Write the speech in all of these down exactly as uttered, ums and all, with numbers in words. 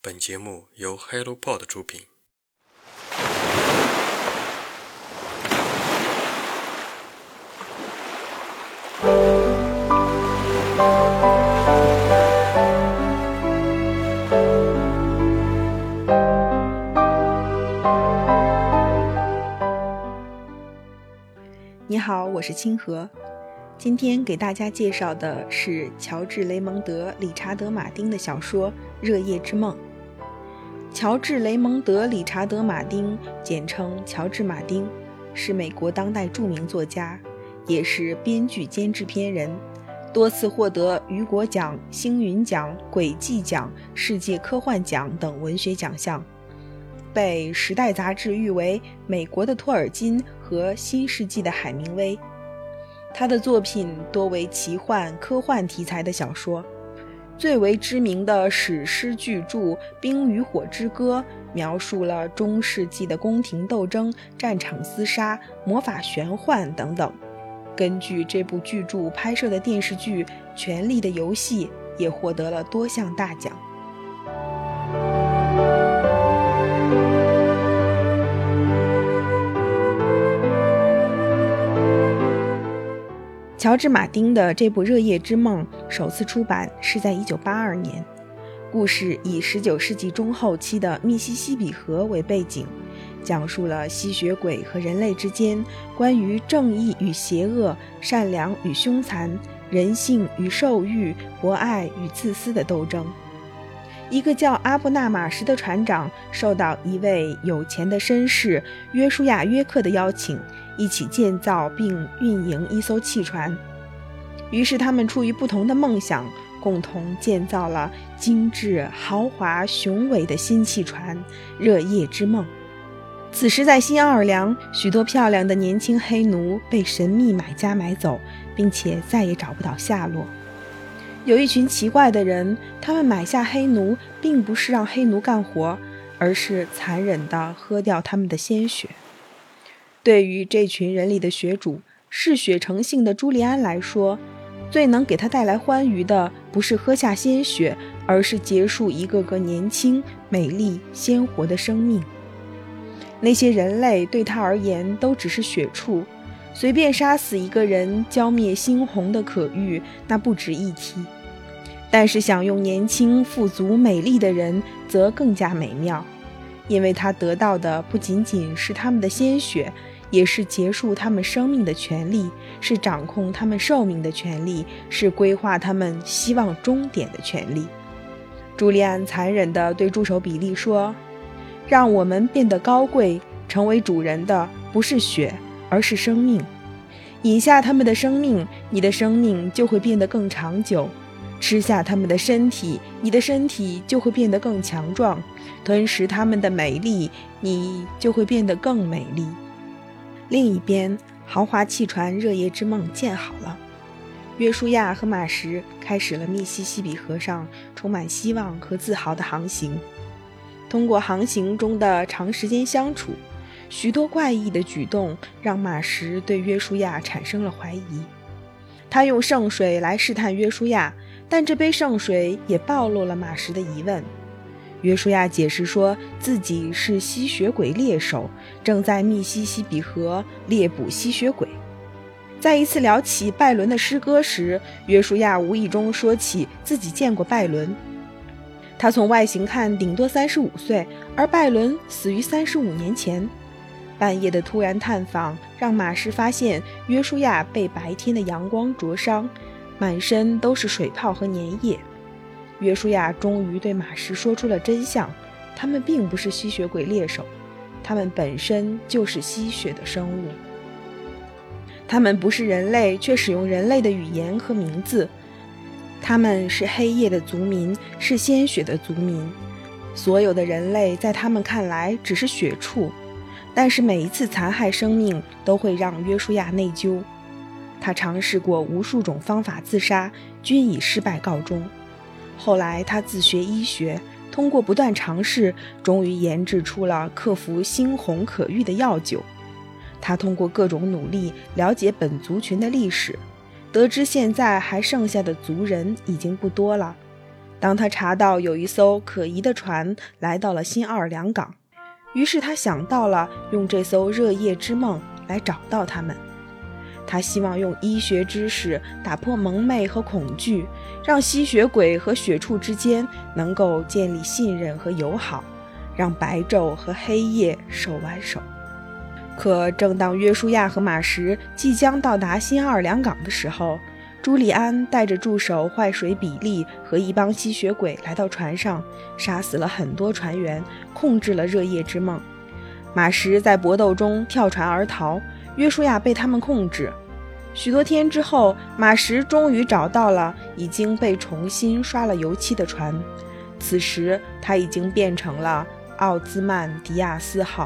本节目由 HelloPod 出品。 你好，我是清河。今天给大家介绍的是乔治·雷蒙德·理查德·马丁的小说《热夜之梦》。乔治·雷蒙德·理查德·马丁，简称乔治·马丁，是美国当代著名作家，也是编剧兼制片人，多次获得雨果奖、星云奖、轨迹奖、世界科幻奖等文学奖项，被《时代》杂志誉为美国的托尔金和新世纪的海明威。他的作品多为奇幻、科幻题材的小说，最为知名的史诗巨著《冰与火之歌》描述了中世纪的宫廷斗争、战场厮杀、魔法玄幻等等。根据这部巨著拍摄的电视剧《权力的游戏》也获得了多项大奖。乔治·马丁的这部《热夜之梦》首次出版是在一九八二年，故事以十九世纪中后期的密西西比河为背景，讲述了吸血鬼和人类之间关于正义与邪恶、善良与凶残、人性与兽欲、博爱与自私的斗争。一个叫阿布纳马什的船长受到一位有钱的绅士约书亚·约克的邀请，一起建造并运营一艘汽船。于是他们出于不同的梦想，共同建造了精致、豪华、雄伟的新汽船——热夜之梦。此时在新奥尔良，许多漂亮的年轻黑奴被神秘买家买走，并且再也找不到下落。有一群奇怪的人，他们买下黑奴，并不是让黑奴干活，而是残忍地喝掉他们的鲜血。对于这群人里的血主，嗜血成性的朱利安来说，最能给他带来欢愉的不是喝下鲜血，而是结束一个个年轻、美丽、鲜活的生命。那些人类对他而言都只是血畜，随便杀死一个人，浇灭猩红的可欲，那不值一提。但是享用年轻、富足、美丽的人则更加美妙，因为他得到的不仅仅是他们的鲜血，也是结束他们生命的权利，是掌控他们寿命的权利，是规划他们希望终点的权利。朱利安残忍地对助手比利说：让我们变得高贵，成为主人的不是血，而是生命。饮下他们的生命，你的生命就会变得更长久；吃下他们的身体，你的身体就会变得更强壮；吞食他们的美丽，你就会变得更美丽。另一边，豪华汽船热夜之梦建好了，约书亚和马什开始了密西西比河上充满希望和自豪的航行。通过航行中的长时间相处，许多怪异的举动让马什对约书亚产生了怀疑。他用圣水来试探约书亚，但这杯圣水也暴露了马什的疑问。约书亚解释说自己是吸血鬼猎手，正在密西西比河猎捕吸血鬼。在一次聊起拜伦的诗歌时，约书亚无意中说起自己见过拜伦。他从外形看顶多三十五岁，而拜伦死于三十五年前。半夜的突然探访让马什发现约书亚被白天的阳光灼伤，满身都是水泡和粘液。约书亚终于对马什说出了真相，他们并不是吸血鬼猎手，他们本身就是吸血的生物。他们不是人类，却使用人类的语言和名字。他们是黑夜的族民，是鲜血的族民。所有的人类在他们看来只是血畜，但是每一次残害生命都会让约书亚内疚。他尝试过无数种方法自杀，均以失败告终。后来他自学医学，通过不断尝试，终于研制出了克服猩红可欲的药酒。他通过各种努力了解本族群的历史，得知现在还剩下的族人已经不多了。 当他查到有一艘可疑的船来到了新奥尔良港，于是他想到了用这艘热夜之梦来找到他们。他希望用医学知识打破蒙昧和恐惧，让吸血鬼和血畜之间能够建立信任和友好，让白昼和黑夜手挽手。可正当约书亚和马什即将到达新奥尔良港的时候，朱利安带着助手坏水比利和一帮吸血鬼来到船上，杀死了很多船员，控制了热夜之梦。马什在搏斗中跳船而逃，约书亚被他们控制。许多天之后，马什终于找到了已经被重新刷了油漆的船，此时他已经变成了奥兹曼迪亚斯号。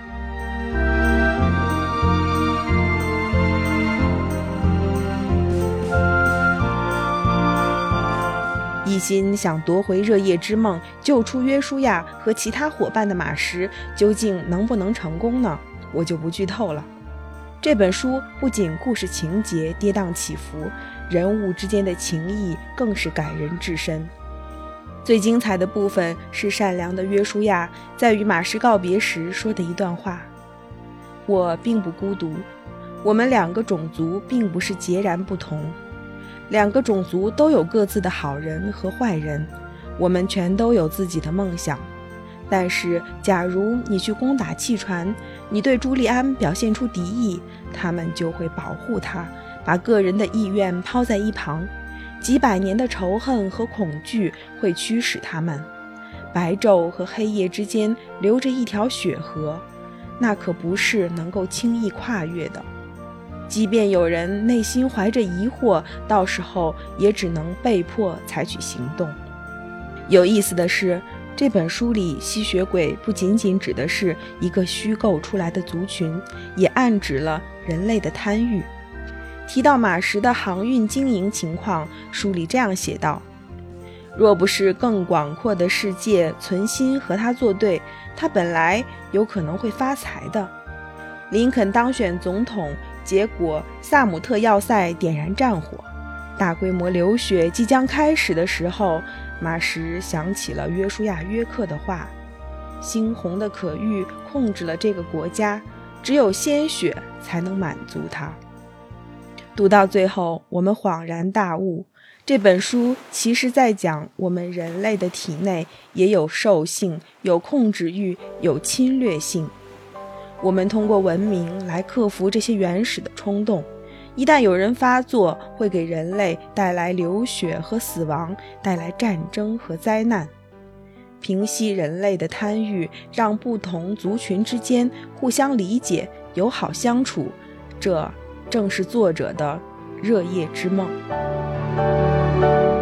一心想夺回热夜之梦，救出约书亚和其他伙伴的马什，究竟能不能成功呢？我就不剧透了。这本书不仅故事情节跌宕起伏，人物之间的情谊更是感人至深。最精彩的部分是善良的约书亚在与马什告别时说的一段话：我并不孤独，我们两个种族并不是截然不同，两个种族都有各自的好人和坏人，我们全都有自己的梦想。但是假如你去攻打汽船，你对朱利安表现出敌意，他们就会保护他，把个人的意愿抛在一旁。几百年的仇恨和恐惧会驱使他们。白昼和黑夜之间流着一条血河，那可不是能够轻易跨越的。即便有人内心怀着疑惑，到时候也只能被迫采取行动。有意思的是，这本书里吸血鬼不仅仅指的是一个虚构出来的族群，也暗指了人类的贪欲。提到马什的航运经营情况，书里这样写道：若不是更广阔的世界存心和他作对，他本来有可能会发财的。林肯当选总统，结果萨姆特要塞点燃战火，大规模流血即将开始的时候，马什想起了约书亚约克的话：猩红的可欲控制了这个国家，只有鲜血才能满足它。读到最后，我们恍然大悟，这本书其实在讲我们人类的体内也有兽性，有控制欲，有侵略性。我们通过文明来克服这些原始的冲动，一旦有人发作，会给人类带来流血和死亡，带来战争和灾难。平息人类的贪欲，让不同族群之间互相理解，友好相处，这正是作者的热夜之梦。